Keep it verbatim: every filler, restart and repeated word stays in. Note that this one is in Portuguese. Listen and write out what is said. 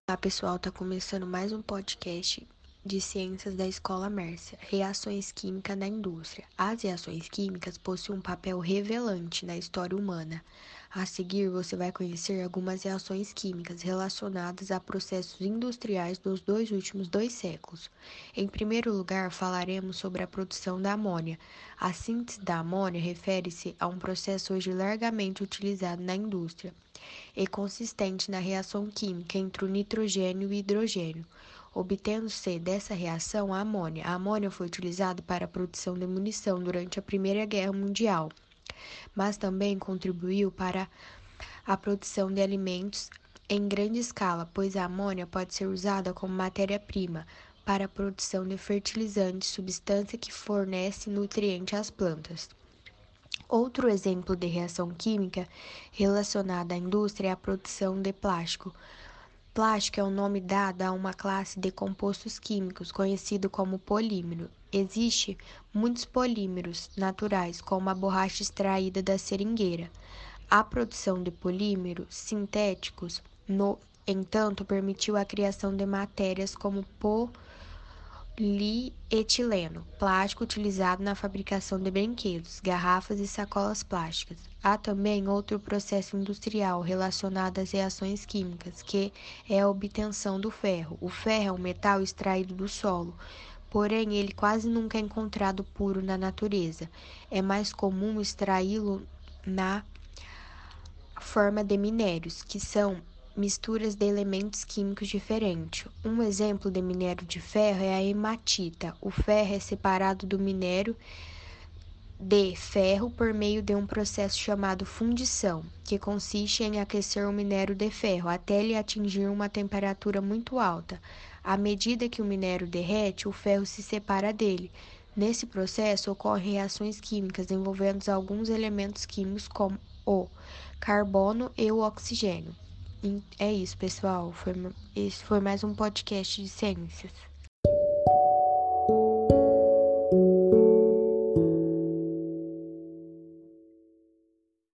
Olá pessoal, tá começando mais um podcast de ciências da Escola Mércia, reações químicas na indústria. As reações químicas possuem um papel revelante na história humana. A seguir, você vai conhecer algumas reações químicas relacionadas a processos industriais dos dois últimos dois séculos. Em primeiro lugar, falaremos sobre a produção da amônia. A síntese da amônia refere-se a um processo hoje largamente utilizado na indústria e consistente na reação química entre o nitrogênio e o hidrogênio, obtendo-se dessa reação a amônia. A amônia foi utilizada para a produção de munição durante a Primeira Guerra Mundial, mas também contribuiu para a produção de alimentos em grande escala, pois a amônia pode ser usada como matéria-prima para a produção de fertilizantes, substância que fornece nutrientes às plantas. Outro exemplo de reação química relacionada à indústria é a produção de plástico. Plástico é o nome dado a uma classe de compostos químicos conhecido como polímero. Existem muitos polímeros naturais, como a borracha extraída da seringueira. A produção de polímeros sintéticos, no entanto, permitiu a criação de matérias como polietileno, plástico utilizado na fabricação de brinquedos, garrafas e sacolas plásticas. Há também outro processo industrial relacionado às reações químicas, que é a obtenção do ferro. O ferro é um metal extraído do solo, porém ele quase nunca é encontrado puro na natureza. É mais comum extraí-lo na forma de minérios, que são misturas de elementos químicos diferentes. Um exemplo de minério de ferro é a hematita. O ferro é separado do minério de ferro por meio de um processo chamado fundição, que consiste em aquecer o minério de ferro até ele atingir uma temperatura muito alta. À medida que o minério derrete, o ferro se separa dele. Nesse processo ocorrem reações químicas envolvendo alguns elementos químicos como o carbono e o oxigênio. É isso, pessoal. Foi, esse foi mais um podcast de ciências.